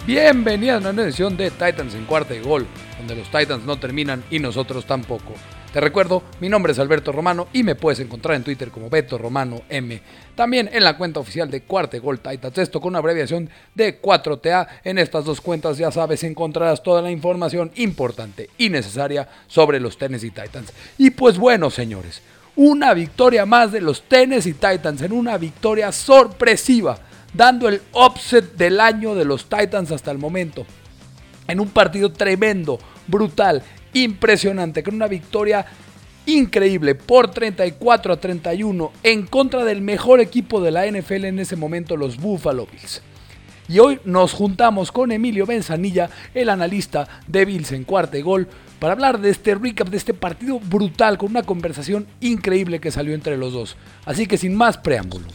Bienvenidos a una nueva edición de Titans en cuarta y gol, donde los Titans no terminan y nosotros tampoco. Te recuerdo, mi nombre es Alberto Romano y me puedes encontrar en Twitter como Beto Romano M. También en la cuenta oficial de Cuarta y Gol Titans, esto con una abreviación de 4TA. En estas dos cuentas, ya sabes, encontrarás toda la información importante y necesaria sobre los Tennessee Titans. Y pues bueno, señores, una victoria más de los Tennessee Titans en una victoria sorpresiva, dando el upset del año de los Titans hasta el momento. En un partido tremendo, brutal, impresionante, con una victoria increíble por 34-31 en contra del mejor equipo de la NFL en ese momento, los Buffalo Bills. Y hoy nos juntamos con Emilio Benzanilla, el analista de Bills en cuarta y gol, para hablar de este recap de este partido brutal, con una conversación increíble que salió entre los dos. Así que sin más preámbulo,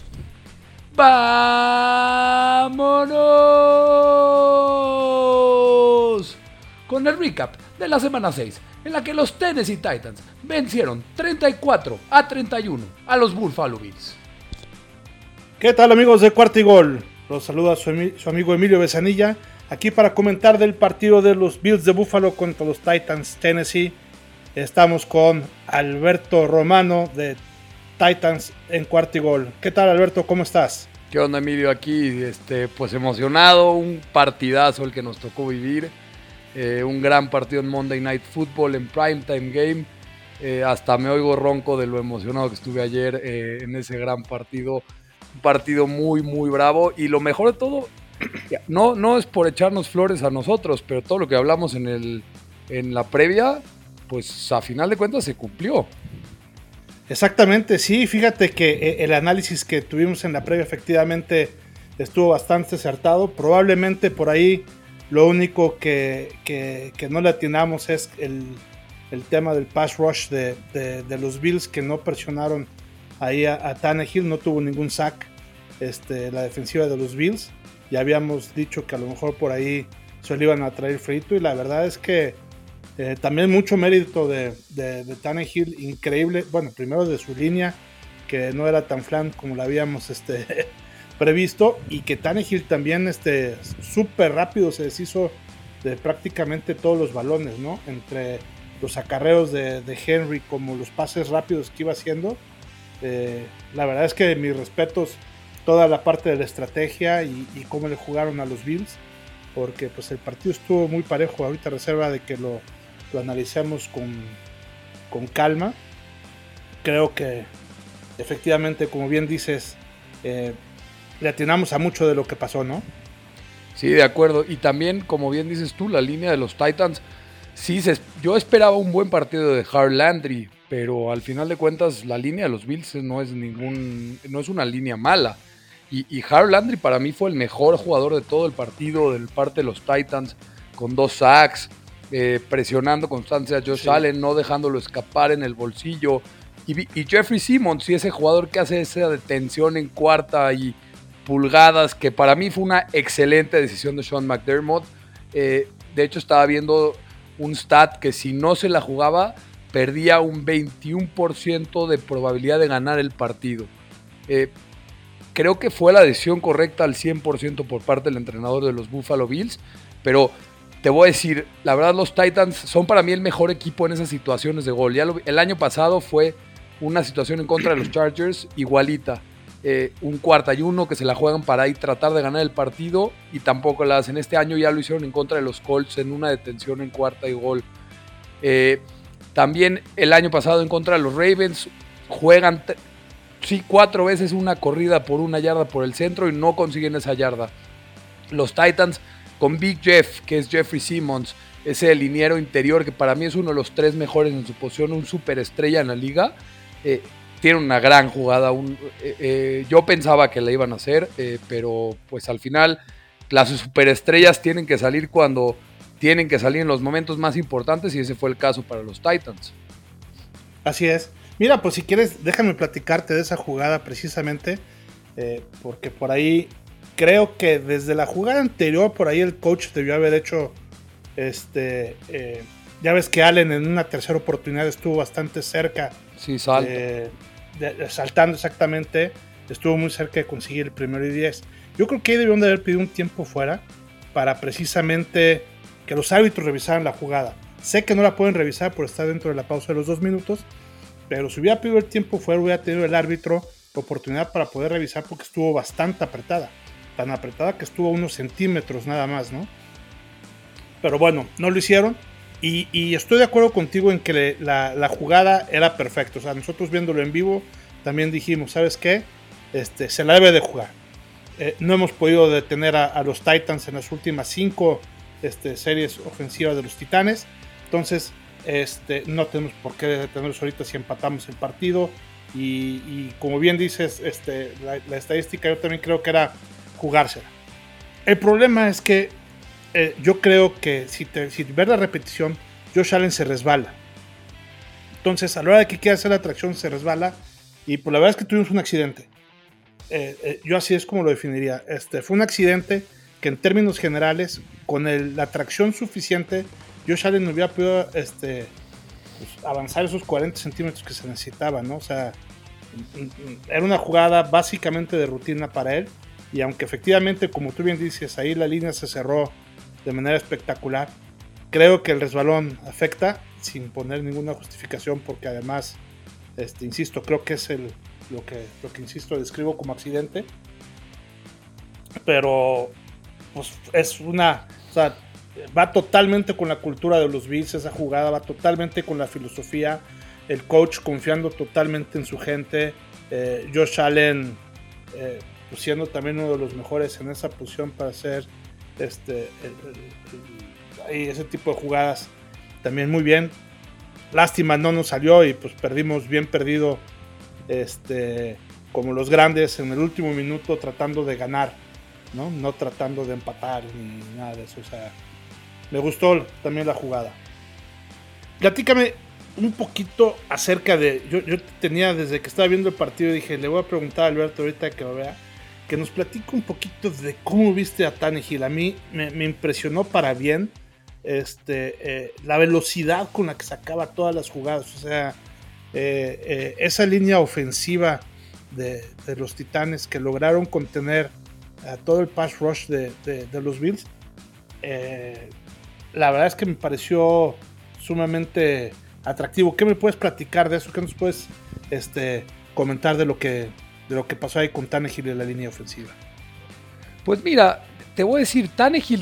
¡vámonos! Con el recap de la semana 6, en la que los Tennessee Titans vencieron 34-31 a los Buffalo Bills. ¿Qué tal, amigos de Cuarta y Gol? Los saluda su amigo Emilio Benzanilla, aquí para comentar del partido de los Bills de Buffalo contra los Titans Tennessee. Estamos con Alberto Romano de Titans en Cuarta y Gol. ¿Qué tal, Alberto? ¿Cómo estás? ¿Qué onda, Emilio? Aquí pues emocionado, un partidazo el que nos tocó vivir. Un gran partido en Monday Night Football, en Primetime Game. Hasta me oigo ronco de lo emocionado que estuve ayer en ese gran partido. Un partido muy, muy bravo. Y lo mejor de todo, no es por echarnos flores a nosotros, pero todo lo que hablamos en la previa, pues a final de cuentas se cumplió. Exactamente, sí, fíjate que el análisis que tuvimos en la previa efectivamente estuvo bastante acertado. Probablemente por ahí lo único que no le atinamos es el tema del pass rush de los Bills, que no presionaron ahí a Tannehill, no tuvo ningún sack la defensiva de los Bills. Ya habíamos dicho que a lo mejor por ahí se lo iban a traer frito, y la verdad es que también mucho mérito de Tannehill, increíble. Bueno, primero de su línea, que no era tan flan como la habíamos previsto, y que Tannehill también súper rápido se deshizo de prácticamente todos los balones, ¿no? Entre los acarreos de Henry como los pases rápidos que iba haciendo. La verdad es que mis respetos, toda la parte de la estrategia y cómo le jugaron a los Bills, porque pues el partido estuvo muy parejo. Ahorita reserva de que lo analicemos con calma. Creo que efectivamente, como bien dices, le atinamos a mucho de lo que pasó, ¿no? Sí, de acuerdo. Y también, como bien dices tú, la línea de los Titans, sí, yo esperaba un buen partido de Harold Landry, pero al final de cuentas la línea de los Bills no es una línea mala. Y Harold Landry para mí fue el mejor jugador de todo el partido, del parte de los Titans, con 2 sacks, presionando constancia a Josh Allen, no dejándolo escapar en el bolsillo. Y Jeffrey Simmons, sí, ese jugador que hace esa detención en cuarta y pulgadas, que para mí fue una excelente decisión de Sean McDermott. De hecho, estaba viendo un stat que si no se la jugaba, perdía un 21% de probabilidad de ganar el partido. Creo que fue la decisión correcta al 100% por parte del entrenador de los Buffalo Bills, pero te voy a decir, la verdad, los Titans son para mí el mejor equipo en esas situaciones de gol. El año pasado fue una situación en contra de los Chargers igualita. Un 4º que se la juegan para ahí tratar de ganar el partido y tampoco la hacen. Este año ya lo hicieron en contra de los Colts en una detención en 4º y gol. También el año pasado en contra de los Ravens juegan 4 veces una corrida por 1 yarda por el centro y no consiguen esa yarda. Los Titans con Big Jeff, que es Jeffrey Simmons, ese liniero interior que para mí es uno de los 3 mejores en su posición, un superestrella en la liga. Tiene una gran jugada. Yo pensaba que la iban a hacer, pero pues al final las superestrellas tienen que salir cuando tienen que salir, en los momentos más importantes, y ese fue el caso para los Titans. Así es. Mira, pues si quieres, déjame platicarte de esa jugada precisamente, porque por ahí creo que desde la jugada anterior, por ahí el coach debió haber hecho, ya ves que Allen en una tercera oportunidad estuvo bastante cerca. Sí, saltando exactamente, estuvo muy cerca de conseguir el 1º y 10. Yo creo que ahí debieron de haber pedido un tiempo fuera, para precisamente que los árbitros revisaran la jugada. Sé que no la pueden revisar por estar dentro de la pausa de los 2 minutos, pero si hubiera pedido el tiempo fuera, hubiera tenido el árbitro oportunidad para poder revisar, porque estuvo bastante apretada, tan apretada que estuvo unos centímetros nada más, ¿no? Pero bueno, no lo hicieron. Y estoy de acuerdo contigo en que la jugada era perfecta. O sea, nosotros viéndolo en vivo también dijimos, ¿sabes qué? Se la debe de jugar. No hemos podido detener a los Titans en las últimas 5 series ofensivas de los Titanes. Entonces, no tenemos por qué detenerlos ahorita si empatamos el partido. Y como bien dices, la estadística yo también creo que era jugársela. El problema es que yo creo que si ver la repetición, Josh Allen se resbala. Entonces, a la hora de que quiera hacer la tracción, se resbala. Y pues la verdad es que tuvimos un accidente. Yo así es como lo definiría. Fue un accidente que en términos generales, con la tracción suficiente, Josh Allen no hubiera podido pues, avanzar esos 40 centímetros que se necesitaban, ¿no? O sea, era una jugada básicamente de rutina para él. Y aunque efectivamente, como tú bien dices, ahí la línea se cerró de manera espectacular, creo que el resbalón afecta sin poner ninguna justificación, porque además, insisto, creo que es lo que insisto, describo como accidente, pero pues es o sea, va totalmente con la cultura de los Bills esa jugada, va totalmente con la filosofía, el coach confiando totalmente en su gente, Josh Allen pues siendo también uno de los mejores en esa posición para hacer ese tipo de jugadas también muy bien. Lástima no nos salió y pues perdimos bien perdido, como los grandes en el último minuto tratando de ganar, no tratando de empatar ni nada de eso. O sea, me gustó también la jugada. Platícame un poquito acerca de, yo tenía desde que estaba viendo el partido, dije, le voy a preguntar a Alberto ahorita que lo vea, que nos platique un poquito de cómo viste a Tannehill. A mí me impresionó para bien la velocidad con la que sacaba todas las jugadas. O sea, esa línea ofensiva de los Titanes que lograron contener a todo el pass rush de los Bills, la verdad es que me pareció sumamente atractivo. ¿Qué me puedes platicar de eso? ¿Qué nos puedes comentar de lo que pasó ahí con Tannehill en la línea ofensiva? Pues mira, te voy a decir, Tannehill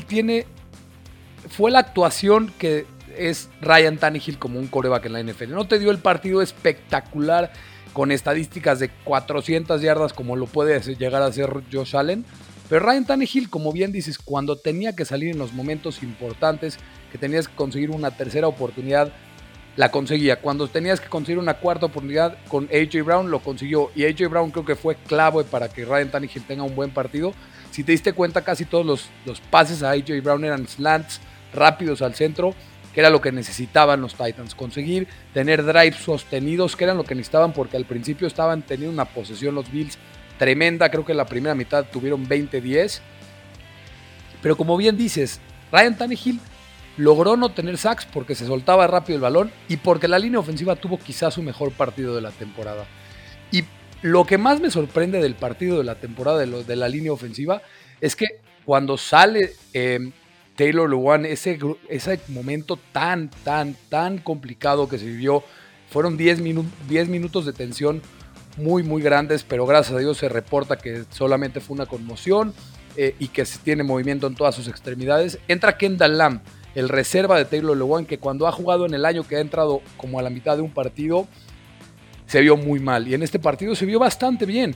fue la actuación que es Ryan Tannehill como un quarterback en la NFL. No te dio el partido espectacular con estadísticas de 400 yardas como lo puede llegar a hacer Josh Allen, pero Ryan Tannehill, como bien dices, cuando tenía que salir en los momentos importantes, que tenías que conseguir una tercera oportunidad, la conseguía. Cuando tenías que conseguir una cuarta oportunidad con A.J. Brown, lo consiguió. Y A.J. Brown creo que fue clave para que Ryan Tannehill tenga un buen partido. Si te diste cuenta, casi todos los pases a A.J. Brown eran slants rápidos al centro, que era lo que necesitaban los Titans. Conseguir tener drives sostenidos, que eran lo que necesitaban, porque al principio estaban teniendo una posesión los Bills tremenda. Creo que en la primera mitad tuvieron 20-10. Pero como bien dices, Ryan Tannehill logró no tener sacks porque se soltaba rápido el balón y porque la línea ofensiva tuvo quizás su mejor partido de la temporada. Y lo que más me sorprende del partido de la temporada de la línea ofensiva es que cuando sale Taylor Lewan, ese momento tan complicado que se vivió, fueron 10 minutos de tensión muy, muy grandes, pero gracias a Dios se reporta que solamente fue una conmoción y que se tiene movimiento en todas sus extremidades. Entra Kendall Lamb, el reserva de Taylor Lewan, que cuando ha jugado en el año que ha entrado como a la mitad de un partido, se vio muy mal. Y en este partido se vio bastante bien.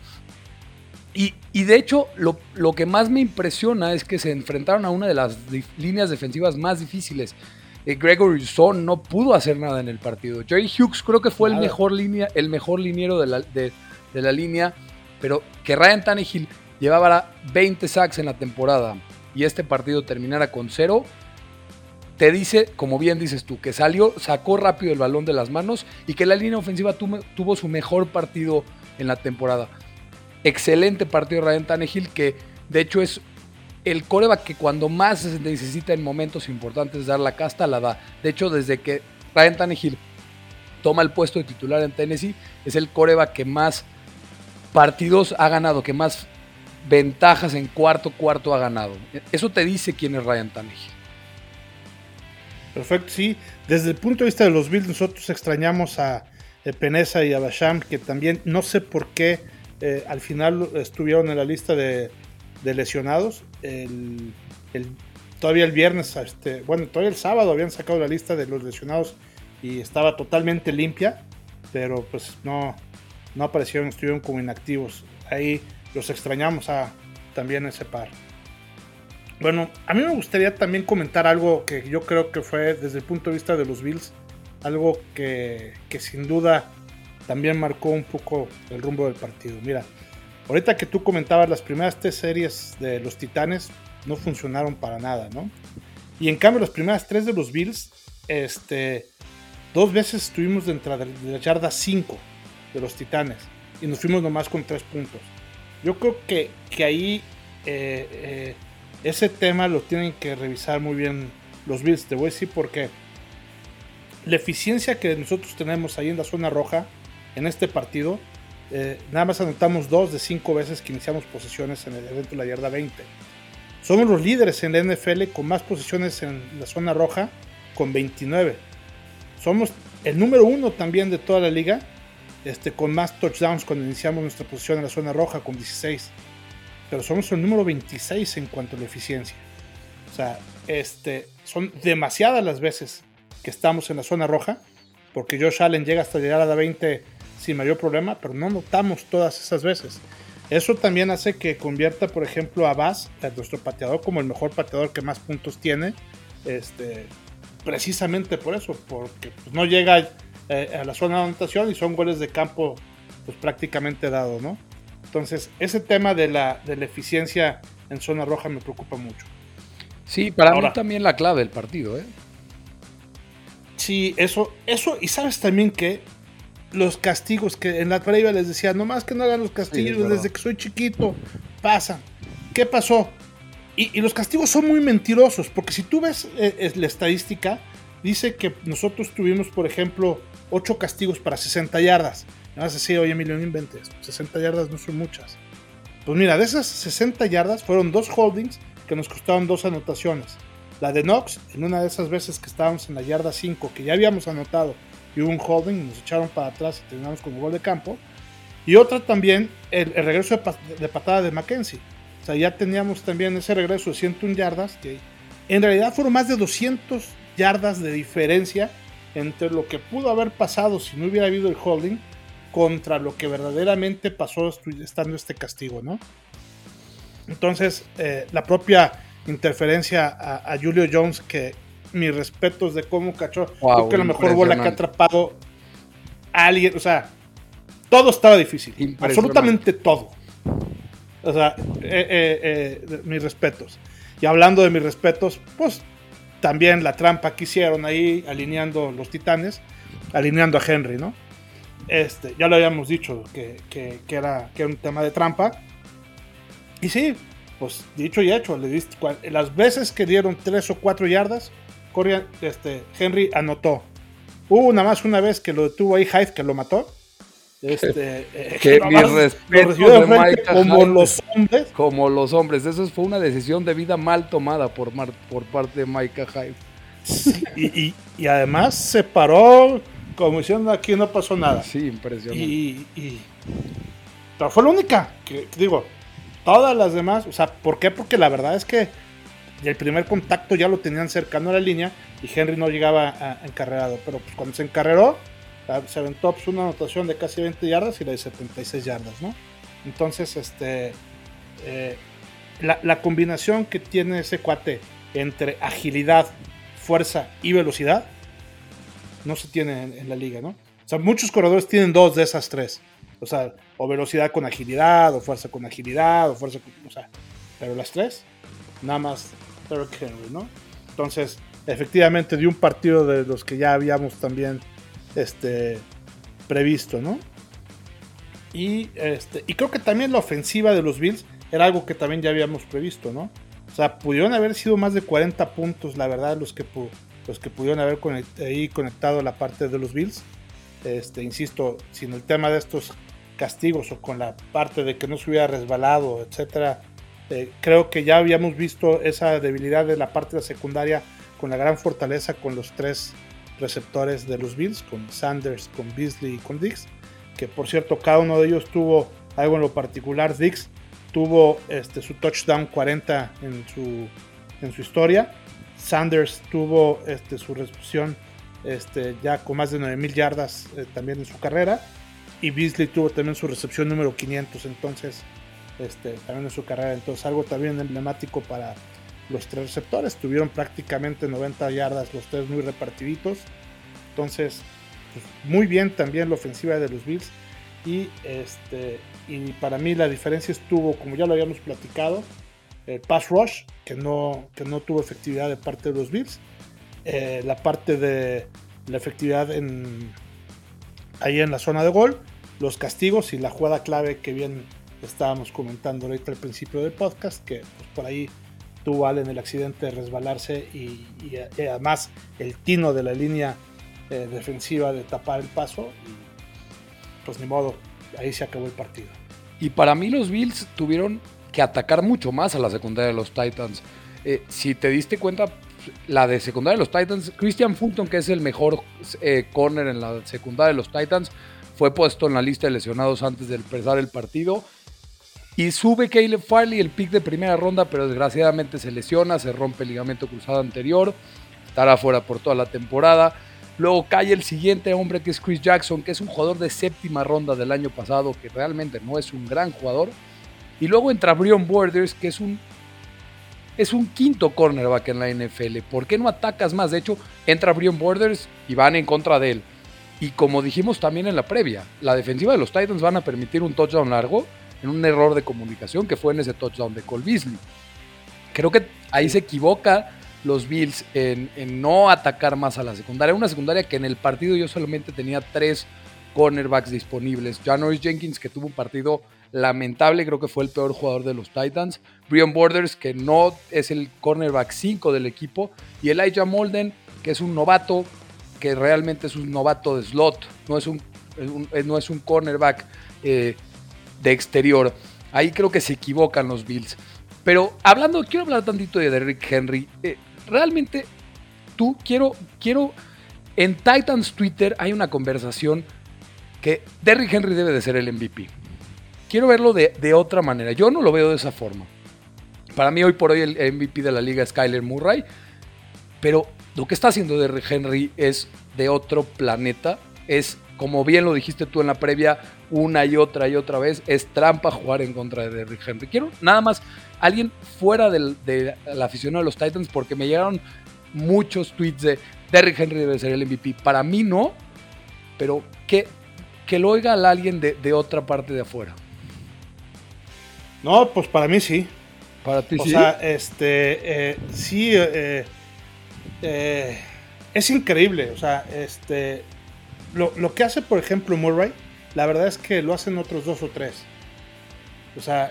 Y de hecho, lo que más me impresiona es que se enfrentaron a una de las líneas defensivas más difíciles. Gregory Son no pudo hacer nada en el partido. Jerry Hughes creo que fue el mejor liniero de la línea, pero que Ryan Tannehill llevaba 20 sacks en la temporada y este partido terminara con 0, te dice, como bien dices tú, que sacó rápido el balón de las manos y que la línea ofensiva tuvo su mejor partido en la temporada. Excelente partido de Ryan Tannehill, que de hecho es el quarterback que cuando más se necesita en momentos importantes dar la casta, la da. De hecho, desde que Ryan Tannehill toma el puesto de titular en Tennessee, es el quarterback que más partidos ha ganado, que más ventajas en cuarto ha ganado. Eso te dice quién es Ryan Tannehill. Perfecto, sí. Desde el punto de vista de los Bills, nosotros extrañamos a Peneza y a Basham, que también no sé por qué al final estuvieron en la lista de lesionados. Todavía el viernes, todavía el sábado habían sacado la lista de los lesionados y estaba totalmente limpia, pero pues no aparecieron, estuvieron como inactivos. Ahí los extrañamos también ese par. Bueno, a mí me gustaría también comentar algo que yo creo que fue desde el punto de vista de los Bills, algo que sin duda también marcó un poco el rumbo del partido. Mira, ahorita que tú comentabas las primeras 3 series de los Titanes no funcionaron para nada, ¿no? Y en cambio las primeras 3 de los Bills, 2 veces estuvimos dentro de la yarda 5 de los Titanes y nos fuimos nomás con 3 puntos. Yo creo que ahí ese tema lo tienen que revisar muy bien los Bills. Te voy a decir por qué. La eficiencia que nosotros tenemos ahí en la zona roja en este partido, nada más anotamos 2 de 5 veces que iniciamos posesiones en el evento de la yarda 20. Somos los líderes en la NFL con más posesiones en la zona roja, con 29. Somos el número 1 también de toda la liga, con más touchdowns cuando iniciamos nuestra posición en la zona roja, con 16. Pero somos el número 26 en cuanto a la eficiencia. O sea, son demasiadas las veces que estamos en la zona roja, porque Josh Allen llega hasta llegar a la 20 sin mayor problema, pero no notamos todas esas veces. Eso también hace que convierta, por ejemplo, a Bass, a nuestro pateador, como el mejor pateador que más puntos tiene, precisamente por eso, porque pues, no llega a la zona de anotación y son goles de campo pues, prácticamente dados, ¿no? Entonces, ese tema de la eficiencia en zona roja me preocupa mucho. Sí, para mí también la clave del partido, ¿eh? Sí, eso, y sabes también que los castigos que en la previa les decía, nomás que no hagan los castigos, sí, desde que soy chiquito, pasan. ¿Qué pasó? Y los castigos son muy mentirosos, porque si tú ves la estadística, dice que nosotros tuvimos, por ejemplo, 8 castigos para 60 yardas. Me vas a decir, oye Emilio, no inventes, 60 yardas no son muchas. Pues mira, de esas 60 yardas fueron 2 holdings que nos costaron 2 anotaciones. La de Knox, en una de esas veces que estábamos en la yarda 5, que ya habíamos anotado, y hubo un holding, nos echaron para atrás y terminamos con un gol de campo. Y otra también, el regreso de patada de McKenzie. O sea, ya teníamos también ese regreso de 101 yardas, que en realidad fueron más de 200 yardas de diferencia entre lo que pudo haber pasado si no hubiera habido el holding contra lo que verdaderamente pasó estando este castigo, ¿no? Entonces, la propia interferencia a Julio Jones, que mis respetos de cómo cachó, creo que la mejor bola que ha atrapado a alguien, o sea, todo estaba difícil, absolutamente todo. O sea, mis respetos. Y hablando de mis respetos, pues también la trampa que hicieron ahí, alineando los Titanes, alineando a Henry, ¿no? Ya lo habíamos dicho que era un tema de trampa. Y sí, pues dicho y hecho, las veces que dieron 3 o 4 yardas, Henry anotó. Hubo nada más una vez que lo detuvo ahí Hyde, que lo mató. Que mis respetos de Micah como Hyde, los hombres. Como los hombres. Eso fue una decisión de vida mal tomada por parte de Micah Hyde. Sí, y además se paró como diciendo aquí no pasó nada. Sí, impresionante. Pero fue la única que digo. Todas las demás, o sea, ¿por qué? Porque la verdad es que el primer contacto ya lo tenían cercano a la línea y Henry no llegaba encarrerado. Pero pues cuando se encarreró, se aventó pues, una anotación de casi 20 yardas y la de 76 yardas, ¿no? Entonces, la combinación que tiene ese cuate entre agilidad, fuerza y velocidad no se tiene en la liga, ¿no? O sea, muchos corredores tienen 2 de esas 3. O sea, o velocidad con agilidad, o fuerza con agilidad, o fuerza con... O sea, pero las 3, nada más Derrick Henry, ¿no? Entonces, efectivamente, de un partido de los que ya habíamos también previsto, ¿no? Y creo que también la ofensiva de los Bills era algo que también ya habíamos previsto, ¿no? O sea, pudieron haber sido más de 40 puntos, la verdad, los que pudieron haber conectado la parte de los Bills. Insisto, sin el tema de estos castigos o con la parte de que no se hubiera resbalado, etcétera. Creo que ya habíamos visto esa debilidad de la parte de la secundaria con la gran fortaleza con los 3 receptores de los Bills, con Sanders, con Beasley y con Diggs, que por cierto cada uno de ellos tuvo algo en lo particular. Diggs tuvo su touchdown 40 en su historia. Sanders tuvo su recepción ya con más de 9,000 yardas también en su carrera, y Beasley tuvo también su recepción número 500 entonces también en su carrera, entonces algo también emblemático para los 3 receptores. Tuvieron prácticamente 90 yardas los 3 muy repartiditos, entonces pues, muy bien también la ofensiva de los Bills, y para mí la diferencia estuvo, como ya lo habíamos platicado, el pass rush, que no tuvo efectividad de parte de los Bills, la parte de la efectividad ahí en la zona de gol, los castigos y la jugada clave que bien estábamos comentando ahorita al principio del podcast, que pues, por ahí tuvo Allen el accidente de resbalarse y además el tino de la línea defensiva de tapar el paso, y pues ni modo, ahí se acabó el partido. Y para mí los Bills tuvieron que atacar mucho más a la secundaria de los Titans. Si te diste cuenta, la de secundaria de los Titans, Christian Fulton, que es el mejor corner en la secundaria de los Titans, fue puesto en la lista de lesionados antes de empezar el partido. Y sube Caleb Farley, el pick de primera ronda, pero desgraciadamente se lesiona, se rompe el ligamento cruzado anterior, estará fuera por toda la temporada. Luego cae el siguiente hombre, que es Chris Jackson, que es un jugador de 7ª ronda del año pasado, que realmente no es un gran jugador. Y luego entra Breon Borders, que es un 5º cornerback en la NFL. ¿Por qué no atacas más? De hecho, entra Breon Borders y van en contra de él. Y como dijimos también en la previa, la defensiva de los Titans van a permitir un touchdown largo en un error de comunicación que fue en ese touchdown de Cole Beasley. Creo que ahí se equivoca los Bills en no atacar más a la secundaria. Una secundaria que en el partido yo solamente tenía 3 cornerbacks disponibles. Janoris Jenkins, que tuvo un partido lamentable, creo que fue el peor jugador de los Titans. Breon Borders, que no es el cornerback 5 del equipo. Y Elijah Molden, que es un novato, que realmente es un novato de slot. No es un cornerback de exterior. Ahí creo que se equivocan los Bills. Pero quiero hablar tantito de Derrick Henry. Realmente, quiero. En Titans Twitter hay una conversación que Derrick Henry debe de ser el MVP. Quiero verlo de otra manera. Yo no lo veo de esa forma. Para mí hoy por hoy el MVP de la liga es Kyler Murray. Pero lo que está haciendo Derrick Henry es de otro planeta. Es, como bien lo dijiste tú en la previa, una y otra vez, es trampa jugar en contra de Derrick Henry. Quiero nada más alguien fuera de la afición de los Titans, porque me llegaron muchos tweets de Derrick Henry debe ser el MVP. Para mí no, pero que lo oiga a alguien de otra parte de afuera. No, pues para mí sí. ¿Para ti sí? O sea, sí, es increíble. O sea, lo que hace, por ejemplo, Murray, la verdad es que lo hacen otros 2 o 3. O sea,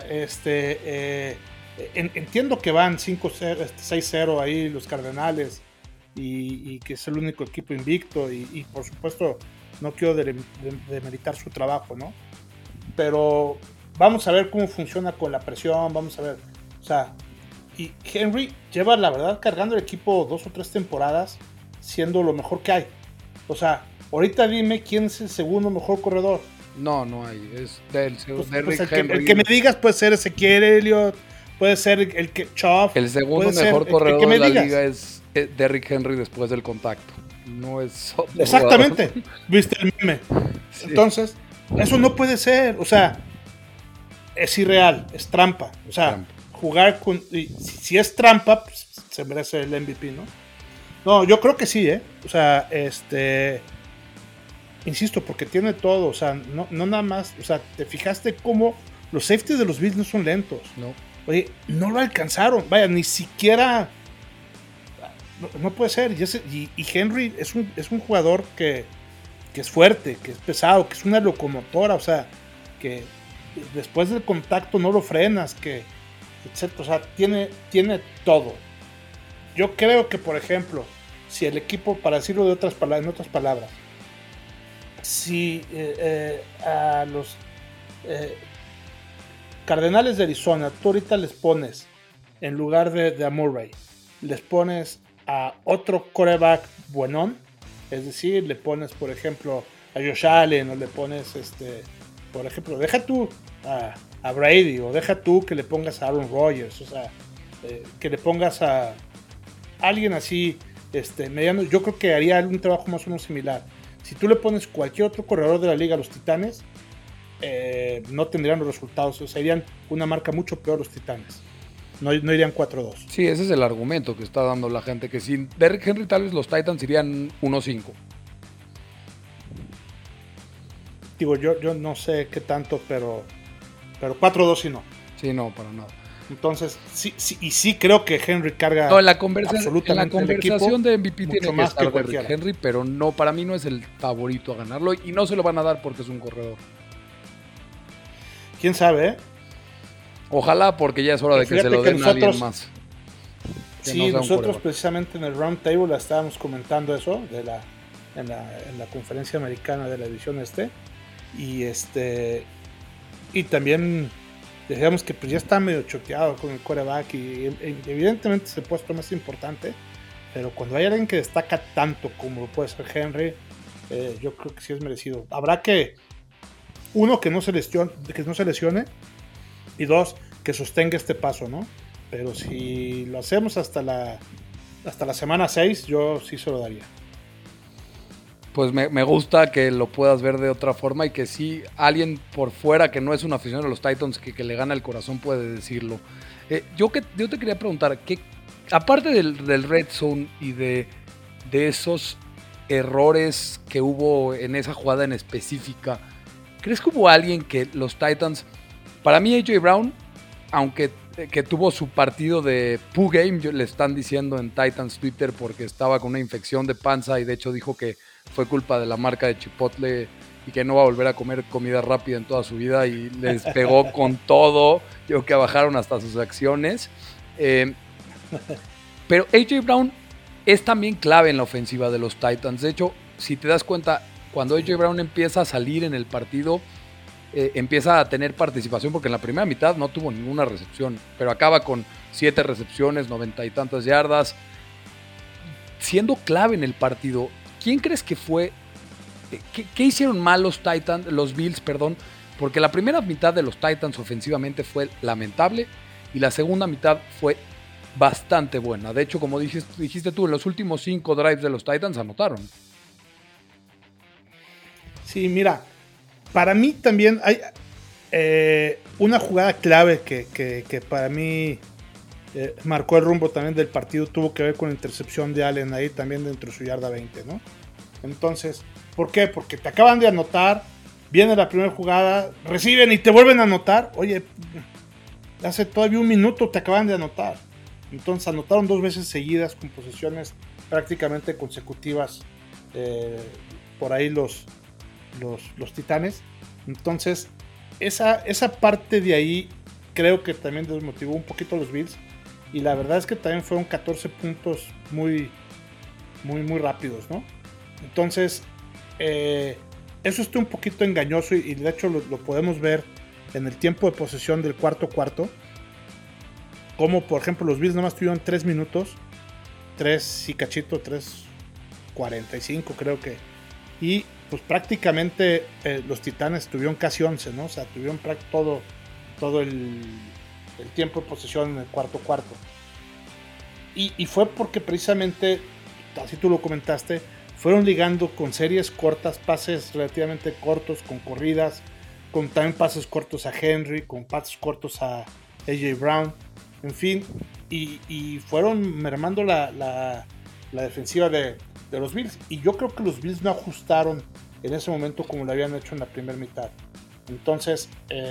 entiendo que van 5-0, 6-0 ahí los Cardenales y que es el único equipo invicto y por supuesto no quiero demeritar su trabajo, ¿no? Pero vamos a ver cómo funciona con la presión, vamos a ver. O sea, y Henry lleva, la verdad, cargando el equipo 2 o 3 temporadas siendo lo mejor que hay. O sea, ahorita dime quién es el segundo mejor corredor. No hay. Es del Derrick Henry. El que me digas puede ser Ezequiel Elliott, puede ser el que Choff. El segundo mejor corredor de la liga es Derrick Henry después del contacto. No es otro exactamente. Jugador. ¿Viste el meme? Sí. Entonces, eso no puede ser. O sea, es irreal, es trampa. O sea, trampa. Jugar con... Si es trampa, pues, se merece el MVP, ¿no? No, yo creo que sí, ¿eh? O sea, insisto, porque tiene todo. O sea, no nada más... O sea, ¿te fijaste cómo los safeties de los Bills no son lentos? No. Oye, no lo alcanzaron. Vaya, ni siquiera... No puede ser. Y Henry es un jugador que es fuerte, que es pesado, que es una locomotora. O sea, que después del contacto no lo frenas, que... etcétera. O sea, tiene todo. Yo creo que, por ejemplo, si el equipo, para decirlo en otras palabras, si a los Cardenales de Arizona, tú ahorita les pones, en lugar de a Murray, les pones a otro quarterback buenón, es decir, le pones, por ejemplo, a Josh Allen, o le pones, por ejemplo, deja tú a Brady, o deja tú que le pongas a Aaron Rodgers, o sea, que le pongas a alguien así, mediano. Yo creo que haría un trabajo más o menos similar. Si tú le pones cualquier otro corredor de la liga a los Titanes, no tendrían los resultados, o sea, irían una marca mucho peor los Titanes. No irían 4-2. Sí, ese es el argumento que está dando la gente, que sin Derrick Henry tal vez los Titans irían 1-5. Digo, yo no sé qué tanto, pero 4-2 sí no. Sí, no, para nada. Entonces, sí creo que Henry carga no, absolutamente en la conversación de MVP tiene que más estar que Derrick Henry, pero no, para mí no es el favorito a ganarlo y no se lo van a dar porque es un corredor. ¿Quién sabe, Ojalá, porque ya es hora de que se lo den a alguien más. Sí, nosotros precisamente en el Round Table estábamos comentando eso en la conferencia americana de la división y también decíamos que pues ya está medio choqueado con el quarterback y evidentemente es el puesto más importante, pero cuando hay alguien que destaca tanto como puede ser Henry, yo creo que sí es merecido. Habrá que uno, que no se lesione, y dos, que sostenga este paso, ¿no? Pero si lo hacemos hasta la semana 6, yo sí se lo daría. Pues me gusta que lo puedas ver de otra forma y que sí, alguien por fuera que no es un aficionado de los Titans que le gana el corazón puede decirlo. Yo te quería preguntar, aparte del Red Zone y de esos errores que hubo en esa jugada en específica, ¿crees que hubo alguien que los Titans... Para mí A.J. Brown, aunque que tuvo su partido de poo game, le están diciendo en Titans Twitter porque estaba con una infección de panza y de hecho dijo que fue culpa de la marca de Chipotle y que no va a volver a comer comida rápida en toda su vida y les pegó con todo. Yo creo que bajaron hasta sus acciones. Pero A.J. Brown es también clave en la ofensiva de los Titans. De hecho, si te das cuenta, cuando A.J. Brown empieza a salir en el partido, empieza a tener participación porque en la primera mitad no tuvo ninguna recepción, pero acaba con 7 recepciones, 90 y tantas yardas, siendo clave en el partido. ¿Quién crees que fue? ¿Qué hicieron mal los Bills, perdón? Porque la primera mitad de los Titans ofensivamente fue lamentable y la segunda mitad fue bastante buena. De hecho, como dijiste tú, en los últimos 5 drives de los Titans anotaron. Sí, mira, para mí también hay una jugada clave que para mí marcó el rumbo también del partido. Tuvo que ver con la intercepción de Allen ahí también dentro de su yarda 20, ¿no? Entonces, ¿por qué? Porque te acaban de anotar, viene la primera jugada, reciben y te vuelven a anotar. Oye, hace todavía un minuto te acaban de anotar. Entonces anotaron 2 veces seguidas con posesiones prácticamente consecutivas por ahí los Titanes. Entonces esa parte de ahí creo que también desmotivó un poquito a los Bills y la verdad es que también fueron 14 puntos muy rápidos, ¿no? Entonces eso está un poquito engañoso y de hecho lo podemos ver en el tiempo de posesión del cuarto, como por ejemplo los Bills nomás tuvieron 3 minutos, 3 y cachito, 3:45 creo que, y pues prácticamente los Titanes tuvieron casi 11, ¿no? O sea, tuvieron todo el tiempo de posesión en el cuarto. Y fue porque precisamente, así tú lo comentaste, fueron ligando con series cortas, pases relativamente cortos, con corridas, con también pases cortos a Henry, con pases cortos a A.J. Brown, en fin, y fueron mermando la defensiva de los Bills, y yo creo que los Bills no ajustaron en ese momento como lo habían hecho en la primera mitad. Entonces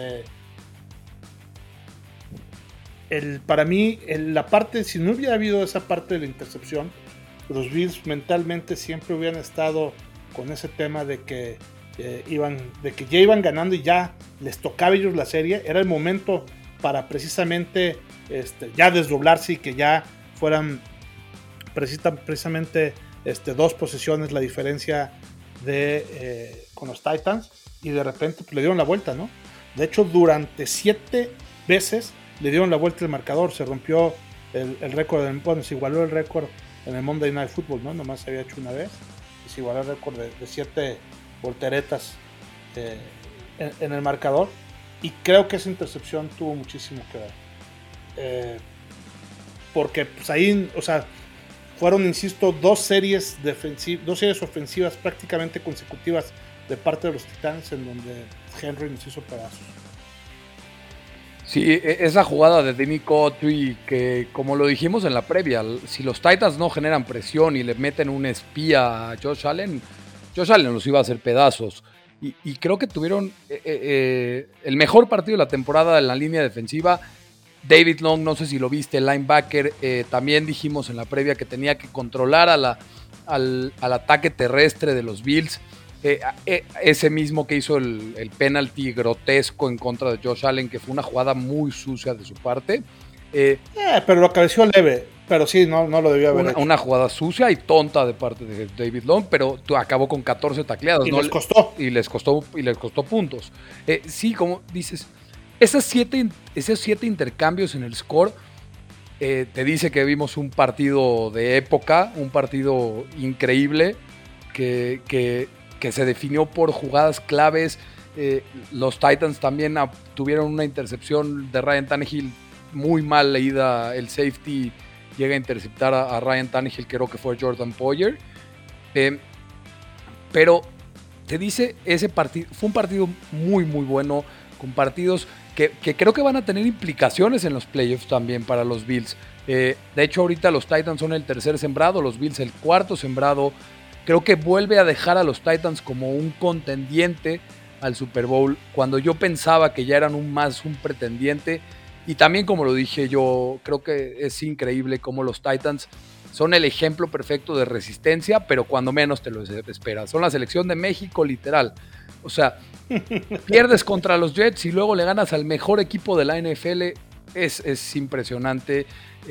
para mí la parte, si no hubiera habido esa parte de la intercepción, los Bills mentalmente siempre hubieran estado con ese tema de que ya iban ganando y ya les tocaba a ellos la serie. Era el momento para precisamente ya desdoblarse y que ya fueran precisamente 2 posesiones la diferencia con los Titans, y de repente pues, le dieron la vuelta, ¿no? De hecho, durante 7 veces le dieron la vuelta al marcador. Se rompió el récord, bueno, se igualó el récord en el Monday Night Football, ¿no? Nomás se había hecho una vez. Y se igualó el récord de 7 volteretas en el marcador. Y creo que esa intercepción tuvo muchísimo que ver. Porque pues ahí, o sea, fueron, insisto, dos series ofensivas prácticamente consecutivas de parte de los Titanes en donde Henry nos hizo pedazos. Sí, esa jugada de Denny Cotry, que como lo dijimos en la previa, si los Titans no generan presión y le meten un espía a Josh Allen los iba a hacer pedazos. Y creo que tuvieron el mejor partido de la temporada en la línea defensiva. David Long, no sé si lo viste, el linebacker, también dijimos en la previa que tenía que controlar al ataque terrestre de los Bills. Ese mismo que hizo el penalti grotesco en contra de Josh Allen, que fue una jugada muy sucia de su parte. Pero lo cabeció leve, pero sí, no lo debió haber hecho. Una jugada sucia y tonta de parte de David Long, pero acabó con 14 tacleadas. Y ¿no? Les costó puntos. Sí, como dices, esos 7 intercambios en el score te dice que vimos un partido de época, un partido increíble que se definió por jugadas claves. Los Titans también tuvieron una intercepción de Ryan Tannehill muy mal leída. El safety llega a interceptar a Ryan Tannehill, creo que fue Jordan Poyer. Pero te dice, ese partido fue un partido muy muy bueno, con partidos que creo que van a tener implicaciones en los playoffs también para los Bills. De hecho, ahorita los Titans son el tercer sembrado, los Bills el cuarto sembrado. Creo que vuelve a dejar a los Titans como un contendiente al Super Bowl, cuando yo pensaba que ya eran un pretendiente. Y también, como lo dije yo, creo que es increíble cómo los Titans son el ejemplo perfecto de resistencia, pero cuando menos te lo esperas. Son la selección de México, literal. O sea, pierdes contra los Jets y luego le ganas al mejor equipo de la NFL. Es impresionante.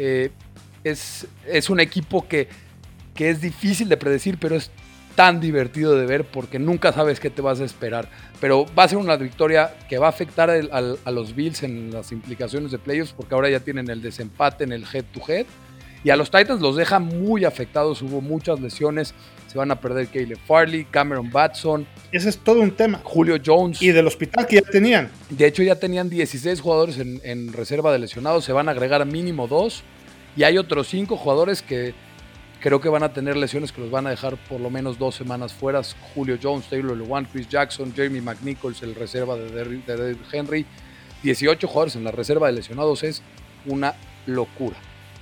Es un equipo que es difícil de predecir, pero es tan divertido de ver porque nunca sabes qué te vas a esperar. Pero va a ser una victoria que va a afectar a los Bills en las implicaciones de playoffs, porque ahora ya tienen el desempate en el head-to-head. Y a los Titans los deja muy afectados, hubo muchas lesiones, se van a perder Caleb Farley, Cameron Batson. Ese es todo un tema. Julio Jones. Y del hospital que ya tenían. De hecho ya tenían 16 jugadores en reserva de lesionados, se van a agregar mínimo 2. Y hay otros 5 jugadores que creo que van a tener lesiones que los van a dejar por lo menos 2 semanas fuera. Julio Jones, Taylor Lewan, Chris Jackson, Jeremy McNichols, el reserva de Derrick Henry. 18 jugadores en la reserva de lesionados, es una locura.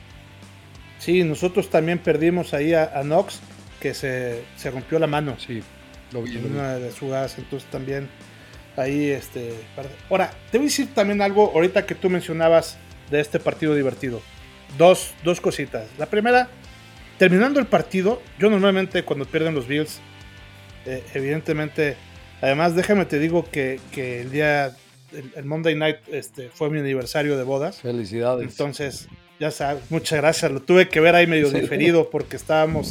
Sí, nosotros también perdimos ahí a Knox, que se rompió la mano. Sí, lo vi. En una de las jugadas, entonces también ahí Ahora, te voy a decir también algo ahorita que tú mencionabas de este partido divertido. Dos cositas. La primera, terminando el partido, yo normalmente cuando pierden los Bills, evidentemente, además déjame te digo que el día, el Monday Night fue mi aniversario de bodas. Felicidades. Entonces, ya sabes, muchas gracias. Lo tuve que ver ahí medio diferido porque estábamos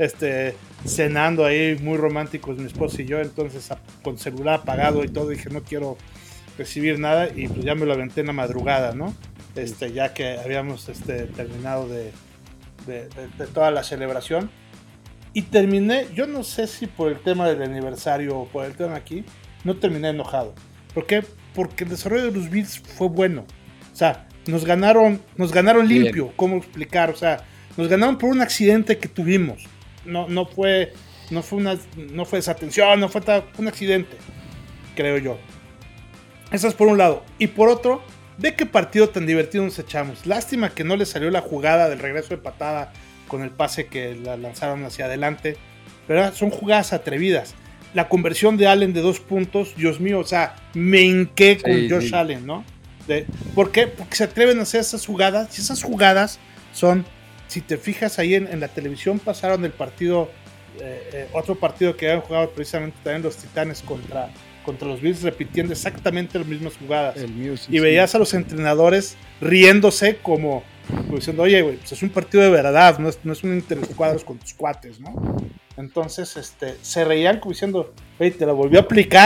cenando ahí muy románticos mi esposa y yo, entonces con celular apagado y todo, dije no quiero recibir nada y pues ya me lo aventé en la madrugada, ¿no? Ya que habíamos terminado de toda la celebración y terminé, yo no sé si por el tema del aniversario o por el tema aquí, no terminé enojado. ¿Por qué? Porque el desarrollo de los Bills fue bueno. O sea, nos ganaron limpio. Bien. ¿Cómo explicar? O sea, nos ganaron por un accidente que tuvimos. No fue desatención, no fue un accidente, creo yo. Eso es por un lado. Y por otro, ve qué partido tan divertido nos echamos. Lástima que no le salió la jugada del regreso de patada con el pase que la lanzaron hacia adelante. Pero son jugadas atrevidas. La conversión de Allen de 2 puntos, Dios mío, o sea, me hinqué con Josh Allen, ¿no? ¿Por qué? Porque se atreven a hacer esas jugadas. Y esas jugadas son, si te fijas ahí en la televisión, pasaron el partido, otro partido que habían jugado precisamente también los Titanes contra los Bills, repitiendo exactamente las mismas jugadas. Y veías a los entrenadores riéndose como diciendo, oye, güey, pues es un partido de verdad, no es un intercuadros con tus cuates, ¿no? Entonces se reían como diciendo, oye, te la volvió a aplicar.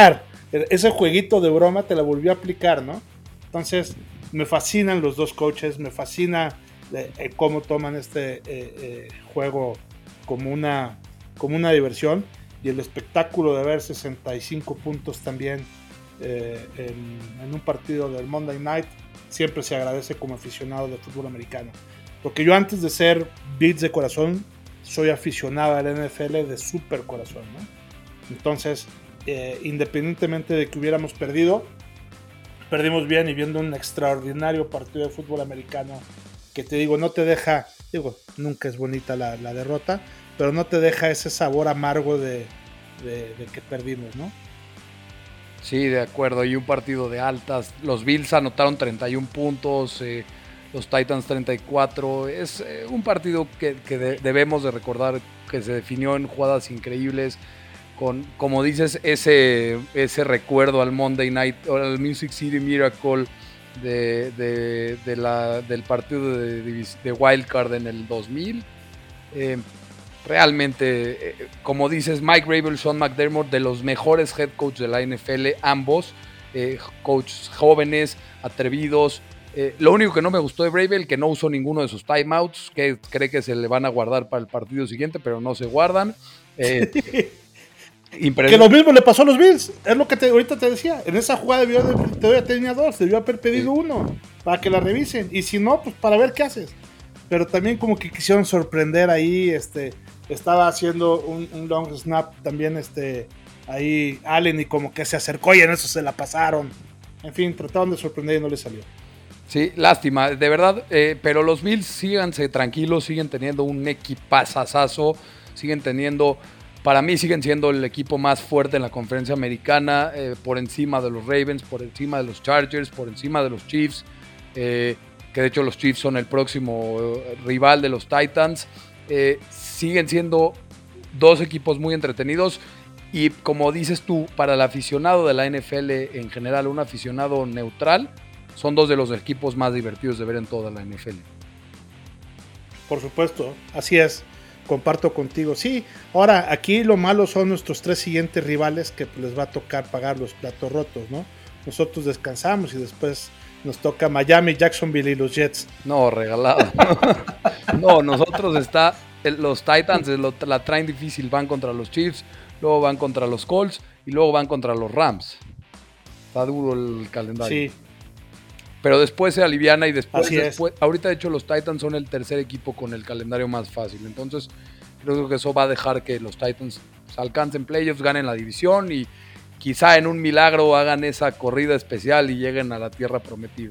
ese jueguito de broma te la volvió a aplicar, ¿no? Entonces, me fascinan los dos coaches, me fascina cómo toman este juego como una diversión, y el espectáculo de ver 65 puntos también en un partido del Monday Night siempre se agradece como aficionado de fútbol americano, porque yo antes de ser Bills de corazón soy aficionado al NFL de super corazón, ¿no? Entonces, independientemente de que hubiéramos perdido, perdimos bien y viendo un extraordinario partido de fútbol americano que te digo, no te deja, nunca es bonita la derrota, pero no te deja ese sabor amargo de que perdimos, ¿no? Sí, de acuerdo, y un partido de altas. Los Bills anotaron 31 puntos, los Titans 34. Es un partido que debemos de recordar, que se definió en jugadas increíbles, con, como dices, ese recuerdo al Monday Night, o al Music City Miracle del partido de Wild Card en el 2000. Realmente, como dices, Mike Vrabel, Sean McDermott, de los mejores head coach de la NFL, ambos, coaches jóvenes, atrevidos. Lo único que no me gustó de Vrabel, que no usó ninguno de sus timeouts, que cree que se le van a guardar para el partido siguiente, pero no se guardan. Que lo mismo le pasó a los Bills, es lo que ahorita te decía. En esa jugada todavía tenía dos, debió haber pedido uno para que la revisen, y si no, pues para ver qué haces. Pero también como que quisieron sorprender ahí, estaba haciendo un long snap también ahí Allen, y como que se acercó y en eso se la pasaron. En fin, trataron de sorprender y no le salió. Sí, lástima, de verdad, pero los Bills síganse tranquilos, siguen teniendo un equipazazazo, para mí siguen siendo el equipo más fuerte en la conferencia americana, por encima de los Ravens, por encima de los Chargers, por encima de los Chiefs, que de hecho los Chiefs son el próximo rival de los Titans. Siguen siendo dos equipos muy entretenidos, y como dices tú, para el aficionado de la NFL en general, un aficionado neutral, son dos de los equipos más divertidos de ver en toda la NFL. Por supuesto, así es, comparto contigo. Sí, ahora aquí lo malo son nuestros tres siguientes rivales, que les va a tocar pagar los platos rotos, ¿no? Nosotros descansamos y después nos toca Miami, Jacksonville y los Jets. No, regalado. No, nosotros los Titans la traen difícil, van contra los Chiefs, luego van contra los Colts y luego van contra los Rams. Está duro el calendario. Sí. Pero después se aliviana y después, ahorita de hecho los Titans son el tercer equipo con el calendario más fácil. Entonces creo que eso va a dejar que los Titans alcancen playoffs, ganen la división y quizá en un milagro hagan esa corrida especial y lleguen a la tierra prometida.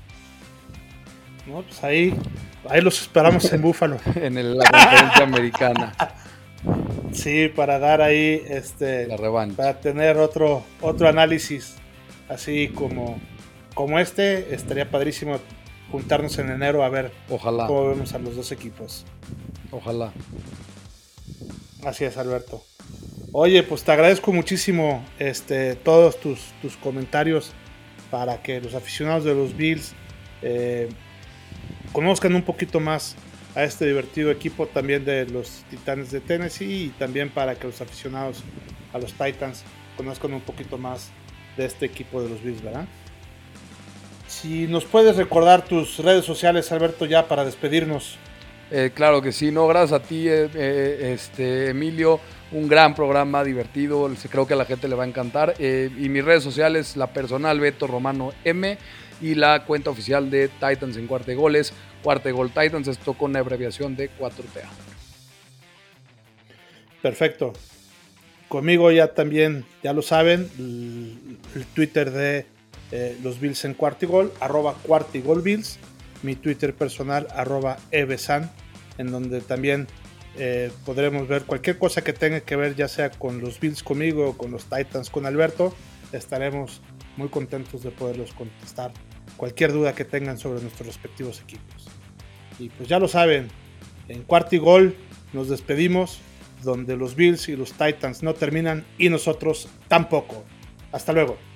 No, pues ahí los esperamos en Buffalo. En la conferencia americana. Sí, para dar ahí la revancha. Para tener otro análisis así como estaría padrísimo juntarnos en enero a ver Ojalá. Cómo vemos a los dos equipos. Ojalá. Así es, Alberto. Oye, pues te agradezco muchísimo todos tus comentarios, para que los aficionados de los Bills conozcan un poquito más a este divertido equipo, también de los Titanes de Tennessee, y también para que los aficionados a los Titans conozcan un poquito más de este equipo de los Bills, ¿verdad? Si nos puedes recordar tus redes sociales, Alberto, ya para despedirnos. Claro que sí, no, gracias a ti, Emilio, un gran programa, divertido, creo que a la gente le va a encantar. Y mis redes sociales, la personal Beto Romano M, y la cuenta oficial de Titans en Cuarta y Goles, Cuarta y Gol Titans, esto con la abreviación de 4TA. Perfecto. Conmigo ya también, ya lo saben, el Twitter de los Bills en Cuarta y Gol, @cuartaygolbills, mi Twitter personal, @evesan, en donde también podremos ver cualquier cosa que tenga que ver, ya sea con los Bills conmigo o con los Titans con Alberto. Estaremos muy contentos de poderlos contestar cualquier duda que tengan sobre nuestros respectivos equipos. Y pues ya lo saben, en Cuarta y Gol nos despedimos, donde los Bills y los Titans no terminan y nosotros tampoco. Hasta luego.